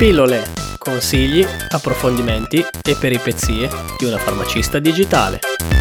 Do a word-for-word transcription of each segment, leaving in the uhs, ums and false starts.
Pillole, consigli, approfondimenti e peripezie di una farmacista digitale.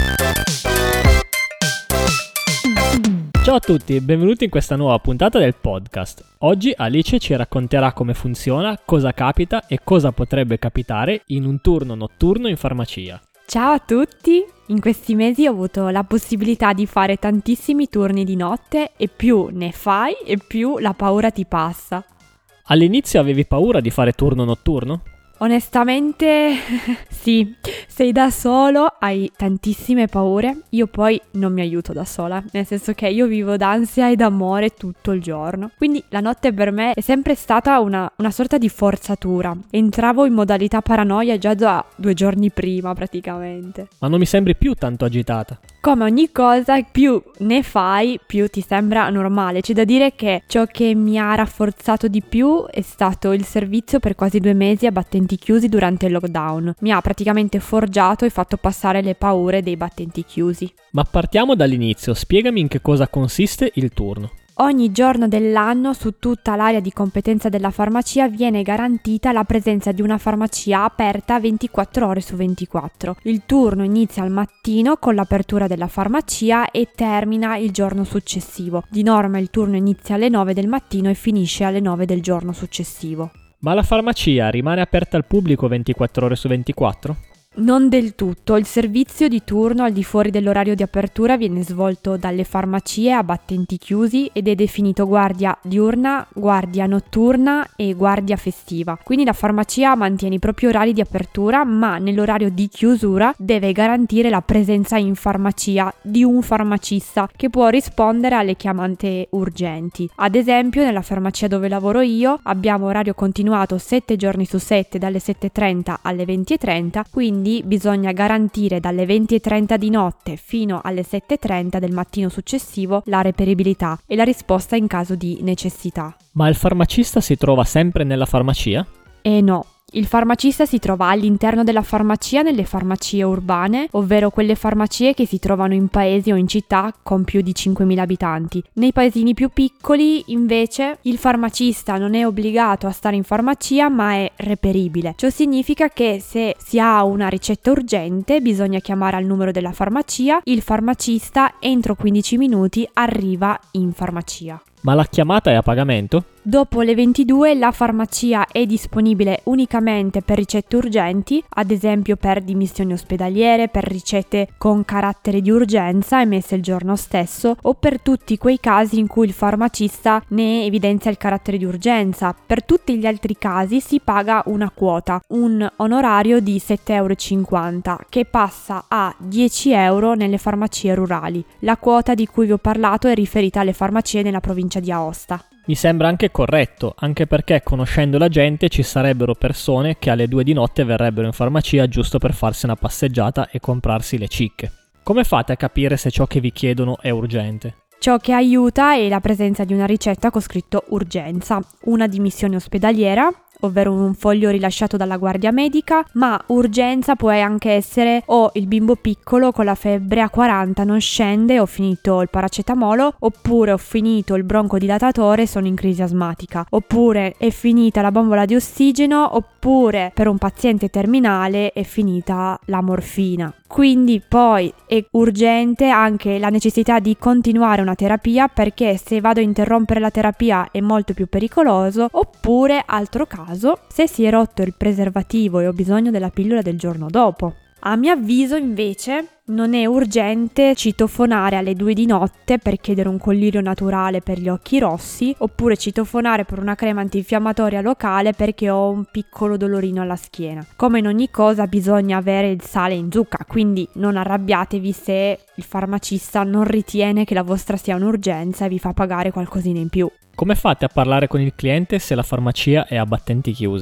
Ciao a tutti e benvenuti in questa nuova puntata del podcast. Oggi Alice ci racconterà come funziona, cosa capita e cosa potrebbe capitare in un turno notturno in farmacia. Ciao a tutti! In questi mesi ho avuto la possibilità di fare tantissimi turni di notte e più ne fai e più la paura ti passa. All'inizio avevi paura di fare turno notturno? Onestamente sì, sei da solo, hai tantissime paure, io poi non mi aiuto da sola, nel senso che io vivo d'ansia e d'amore tutto il giorno, quindi la notte per me è sempre stata una, una sorta di forzatura, entravo in modalità paranoia già da due giorni prima praticamente. Ma non mi sembri più tanto agitata. Come ogni cosa, più ne fai, più ti sembra normale. C'è da dire che ciò che mi ha rafforzato di più è stato il servizio per quasi due mesi a battenti chiusi durante il lockdown. Mi ha praticamente forgiato e fatto passare le paure dei battenti chiusi. Ma partiamo dall'inizio, spiegami in che cosa consiste il turno. Ogni giorno dell'anno su tutta l'area di competenza della farmacia viene garantita la presenza di una farmacia aperta ventiquattro ore su ventiquattro. Il turno inizia al mattino con l'apertura della farmacia e termina il giorno successivo. Di norma il turno inizia alle nove del mattino e finisce alle nove del giorno successivo. Ma la farmacia rimane aperta al pubblico ventiquattro ore su ventiquattro? Non del tutto, il servizio di turno al di fuori dell'orario di apertura viene svolto dalle farmacie a battenti chiusi ed è definito guardia diurna, guardia notturna e guardia festiva. Quindi la farmacia mantiene i propri orari di apertura, ma nell'orario di chiusura deve garantire la presenza in farmacia di un farmacista che può rispondere alle chiamate urgenti. Ad esempio, nella farmacia dove lavoro io abbiamo orario continuato sette giorni su sette dalle sette e trenta alle venti e trenta, quindi bisogna garantire dalle venti e trenta di notte fino alle sette e trenta del mattino successivo la reperibilità e la risposta in caso di necessità. Ma il farmacista si trova sempre nella farmacia? Eh no. Il farmacista si trova all'interno della farmacia nelle farmacie urbane, ovvero quelle farmacie che si trovano in paesi o in città con più di cinquemila abitanti. Nei paesini più piccoli, invece, il farmacista non è obbligato a stare in farmacia, ma è reperibile. Ciò significa che se si ha una ricetta urgente, bisogna chiamare al numero della farmacia, il farmacista entro quindici minuti arriva in farmacia. Ma la chiamata è a pagamento? Dopo le ventidue la farmacia è disponibile unicamente per ricette urgenti, ad esempio per dimissioni ospedaliere, per ricette con carattere di urgenza emesse il giorno stesso o per tutti quei casi in cui il farmacista ne evidenzia il carattere di urgenza. Per tutti gli altri casi si paga una quota, un onorario di sette virgola cinquanta euro che passa a dieci euro nelle farmacie rurali. La quota di cui vi ho parlato è riferita alle farmacie nella provincia di Aosta. Mi sembra anche corretto, anche perché conoscendo la gente ci sarebbero persone che alle due di notte verrebbero in farmacia giusto per farsi una passeggiata e comprarsi le cicche. Come fate a capire se ciò che vi chiedono è urgente? Ciò che aiuta è la presenza di una ricetta con scritto urgenza, una dimissione ospedaliera, ovvero un foglio rilasciato dalla guardia medica, ma urgenza può anche essere o il bimbo piccolo con la febbre a quaranta non scende, ho finito il paracetamolo, oppure ho finito il broncodilatatore, sono in crisi asmatica, oppure è finita la bombola di ossigeno, oppure per un paziente terminale è finita la morfina. Quindi poi è urgente anche la necessità di continuare una terapia, perché se vado a interrompere la terapia è molto più pericoloso, oppure altro caso se si è rotto il preservativo e ho bisogno della pillola del giorno dopo. A mio avviso invece non è urgente citofonare alle due di notte per chiedere un collirio naturale per gli occhi rossi, oppure citofonare per una crema antinfiammatoria locale perché ho un piccolo dolorino alla schiena. Come in ogni cosa bisogna avere il sale in zucca, quindi non arrabbiatevi se il farmacista non ritiene che la vostra sia un'urgenza e vi fa pagare qualcosina in più. Come fate a parlare con il cliente se la farmacia è a battenti chiusi?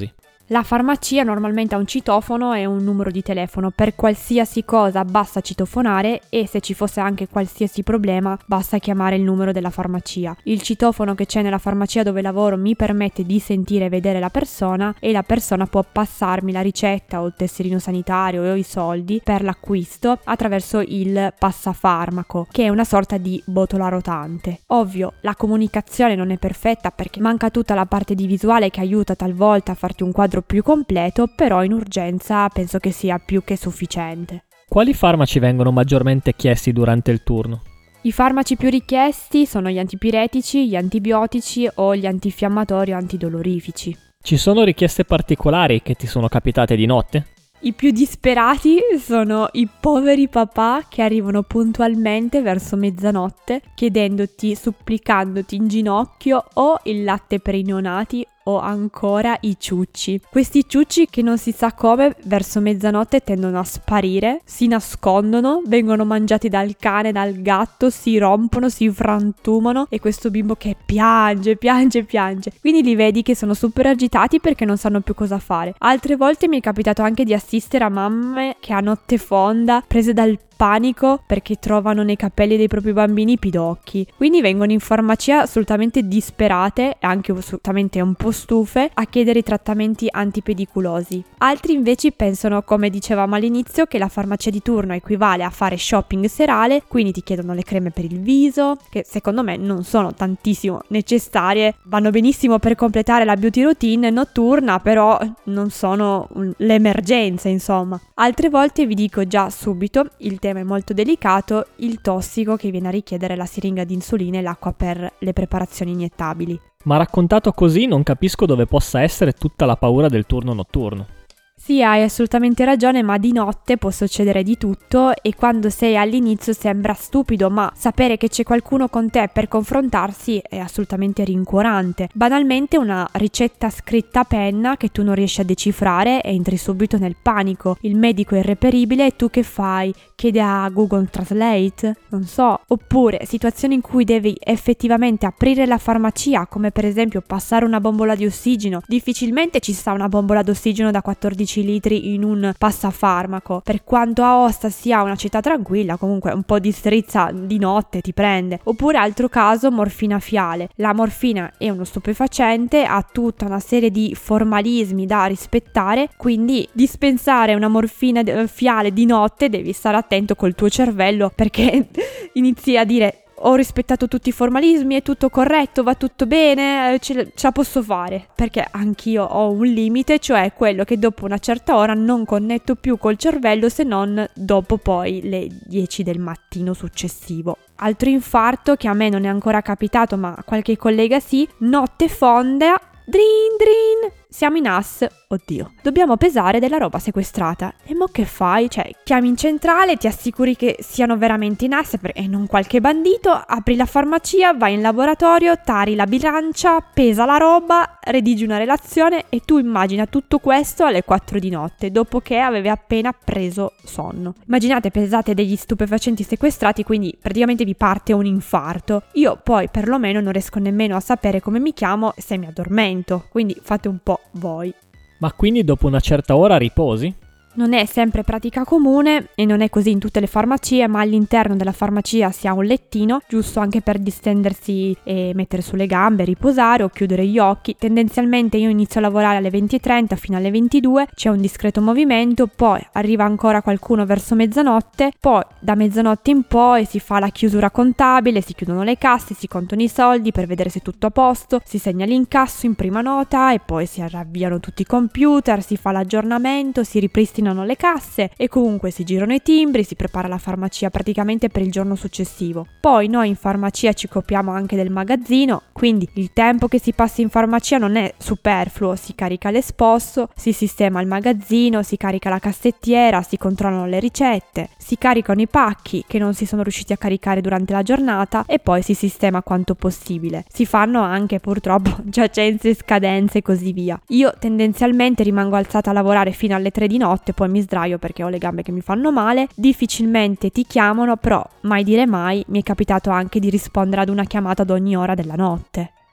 La farmacia normalmente ha un citofono e un numero di telefono. Per qualsiasi cosa basta citofonare e se ci fosse anche qualsiasi problema basta chiamare il numero della farmacia. Il citofono che c'è nella farmacia dove lavoro mi permette di sentire e vedere la persona e la persona può passarmi la ricetta o il tesserino sanitario o i soldi per l'acquisto attraverso il passafarmaco, che è una sorta di botola rotante. Ovvio, la comunicazione non è perfetta perché manca tutta la parte di visuale che aiuta talvolta a farti un quadro più completo, però in urgenza penso che sia più che sufficiente. Quali farmaci vengono maggiormente chiesti durante il turno? I farmaci più richiesti sono gli antipiretici, gli antibiotici o gli antinfiammatori o antidolorifici. Ci sono richieste particolari che ti sono capitate di notte? I più disperati sono i poveri papà che arrivano puntualmente verso mezzanotte chiedendoti, supplicandoti in ginocchio o il latte per i neonati o ancora i ciucci. Questi ciucci che non si sa come verso mezzanotte tendono a sparire, si nascondono, vengono mangiati dal cane, dal gatto, si rompono, si frantumano e questo bimbo che piange, piange, piange. Quindi li vedi che sono super agitati perché non sanno più cosa fare. Altre volte mi è capitato anche di assistere a mamme che a notte fonda, prese dal panico perché trovano nei capelli dei propri bambini i pidocchi, quindi vengono in farmacia assolutamente disperate e anche assolutamente un po' stufe a chiedere i trattamenti antipediculosi. Altri invece pensano, come dicevamo all'inizio, che la farmacia di turno equivale a fare shopping serale, quindi ti chiedono le creme per il viso, che secondo me non sono tantissimo necessarie, vanno benissimo per completare la beauty routine notturna, però non sono l'emergenza, insomma. Altre volte, vi dico già subito, il tema è molto delicato, il tossico che viene a richiedere la siringa di insulina e l'acqua per le preparazioni iniettabili. Ma raccontato così non capisco dove possa essere tutta la paura del turno notturno. Sì, hai assolutamente ragione, ma di notte può succedere di tutto e quando sei all'inizio sembra stupido, ma sapere che c'è qualcuno con te per confrontarsi è assolutamente rincuorante. Banalmente una ricetta scritta a penna che tu non riesci a decifrare e entri subito nel panico. Il medico è irreperibile e tu che fai? Chiedi a Google Translate? Non so. Oppure situazioni in cui devi effettivamente aprire la farmacia, come per esempio passare una bombola di ossigeno. Difficilmente ci sta una bombola d'ossigeno da quattordici litri in un passafarmaco. Per quanto Aosta sia una città tranquilla, comunque un po' di strizza di notte ti prende. Oppure altro caso, morfina fiale. La morfina è uno stupefacente, ha tutta una serie di formalismi da rispettare, quindi dispensare una morfina fiale di notte devi stare attento col tuo cervello perché inizi a dire: ho rispettato tutti i formalismi, è tutto corretto, va tutto bene, ce, ce la posso fare. Perché anch'io ho un limite, cioè quello che dopo una certa ora non connetto più col cervello se non dopo poi le dieci del mattino successivo. Altro infarto che a me non è ancora capitato, ma a qualche collega sì, notte fonda, drin drin, siamo in A S, oddio, dobbiamo pesare della roba sequestrata. E mo che fai? Cioè, chiami in centrale, ti assicuri che siano veramente in A S e non qualche bandito, apri la farmacia, vai in laboratorio, tari la bilancia, pesa la roba, redigi una relazione e tu immagina tutto questo alle quattro di notte, dopo che avevi appena preso sonno. Immaginate, pesate degli stupefacenti sequestrati, quindi praticamente vi parte un infarto. Io poi perlomeno non riesco nemmeno a sapere come mi chiamo se mi addormento, quindi fate un po' voi. Ma quindi dopo una certa ora riposi? Non è sempre pratica comune e non è così in tutte le farmacie, ma all'interno della farmacia si ha un lettino, giusto anche per distendersi e mettere sulle gambe, riposare o chiudere gli occhi. Tendenzialmente io inizio a lavorare alle venti e trenta fino alle ventidue, c'è un discreto movimento, poi arriva ancora qualcuno verso mezzanotte, poi da mezzanotte in poi si fa la chiusura contabile, si chiudono le casse, si contano i soldi per vedere se è tutto a posto, si segna l'incasso in prima nota e poi si avviano tutti i computer, si fa l'aggiornamento, si ripristina le casse e comunque si girano i timbri, si prepara la farmacia praticamente per il giorno successivo. Poi noi in farmacia ci occupiamo anche del magazzino, quindi il tempo che si passa in farmacia non è superfluo, si carica l'esposto, si sistema il magazzino, si carica la cassettiera, si controllano le ricette, si caricano i pacchi che non si sono riusciti a caricare durante la giornata e poi si sistema quanto possibile. Si fanno anche purtroppo giacenze, scadenze e così via. Io tendenzialmente rimango alzata a lavorare fino alle tre di notte, poi mi sdraio perché ho le gambe che mi fanno male, difficilmente ti chiamano, però mai dire mai, mi è capitato anche di rispondere ad una chiamata ad ogni ora della notte.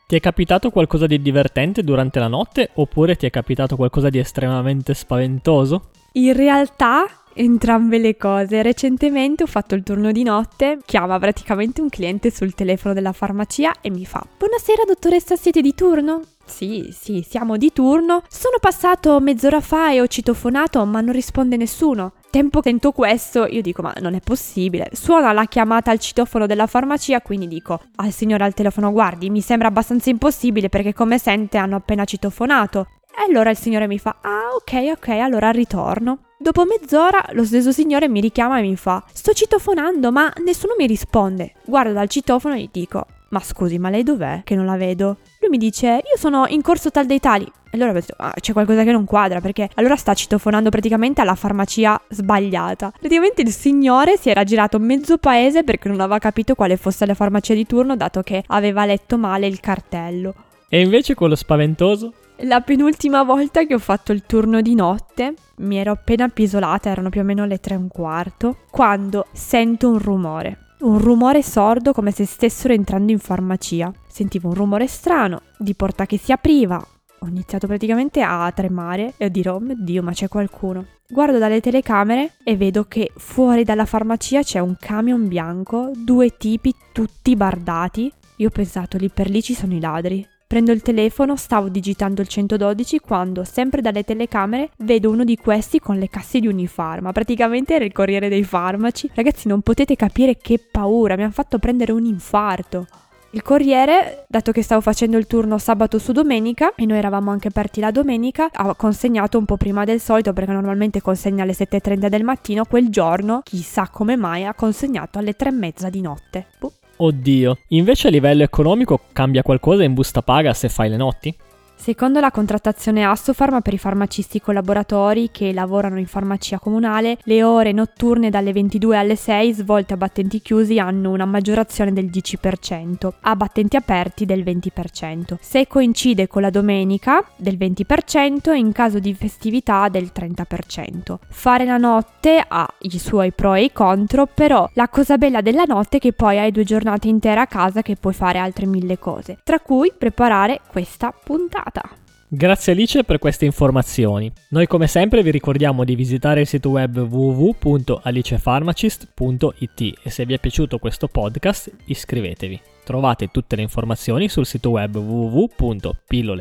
Ti è capitato qualcosa di divertente durante la notte oppure ti è capitato qualcosa di estremamente spaventoso? In realtà entrambe le cose. Recentemente ho fatto il turno di notte, chiama praticamente un cliente sul telefono della farmacia e mi fa: buonasera dottoressa, siete di turno? Sì, sì, siamo di turno. Sono passato mezz'ora fa e ho citofonato ma non risponde nessuno. Tempo che sento questo, io dico ma non è possibile. Suona la chiamata al citofono della farmacia, quindi dico al signore al telefono: guardi, mi sembra abbastanza impossibile perché come sente hanno appena citofonato. E allora il signore mi fa: ah ok ok, allora ritorno. Dopo mezz'ora lo stesso signore mi richiama e mi fa: sto citofonando ma nessuno mi risponde. Guardo dal citofono e gli dico: ma scusi, ma lei dov'è? Che non la vedo. Lui mi dice: io sono in corso tal dei tali. E allora penso: ah, c'è qualcosa che non quadra, perché allora sta citofonando praticamente alla farmacia sbagliata. Praticamente il signore si era girato mezzo paese perché non aveva capito quale fosse la farmacia di turno, dato che aveva letto male il cartello. E invece quello spaventoso? La penultima volta che ho fatto il turno di notte mi ero appena appisolata, erano più o meno le tre e un quarto, quando sento un rumore. Un rumore sordo, come se stessero entrando in farmacia. Sentivo un rumore strano, di porta che si apriva. Ho iniziato praticamente a tremare e a dire: oh mio Dio, ma c'è qualcuno. Guardo dalle telecamere e vedo che fuori dalla farmacia c'è un camion bianco, due tipi tutti bardati. Io ho pensato: lì per lì ci sono i ladri. Prendo il telefono, stavo digitando il centododici quando, sempre dalle telecamere, vedo uno di questi con le casse di Unifarma. Praticamente era il corriere dei farmaci. Ragazzi, non potete capire che paura, mi hanno fatto prendere un infarto. Il corriere, dato che stavo facendo il turno sabato su domenica e noi eravamo anche aperti la domenica, ha consegnato un po' prima del solito, perché normalmente consegna alle sette e trenta del mattino. Quel giorno, chissà come mai, ha consegnato alle tre e mezza di notte. Puh. Oddio, invece a livello economico cambia qualcosa in busta paga se fai le notti? Secondo la contrattazione Assofarma per i farmacisti collaboratori che lavorano in farmacia comunale, le ore notturne dalle ventidue alle sei svolte a battenti chiusi hanno una maggiorazione del dieci per cento, a battenti aperti del venti per cento. Se coincide con la domenica del venti per cento, in caso di festività del trenta per cento. Fare la notte ha i suoi pro e i contro, però la cosa bella della notte è che poi hai due giornate intere a casa che puoi fare altre mille cose, tra cui preparare questa puntata. Grazie Alice per queste informazioni. Noi come sempre vi ricordiamo di visitare il sito web w w w punto alicepharmacist punto i t e se vi è piaciuto questo podcast iscrivetevi. Trovate tutte le informazioni sul sito web w w w punto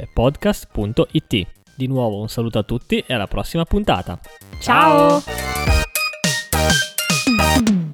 pillolepodcast punto i t. Di nuovo un saluto a tutti e alla prossima puntata. Ciao!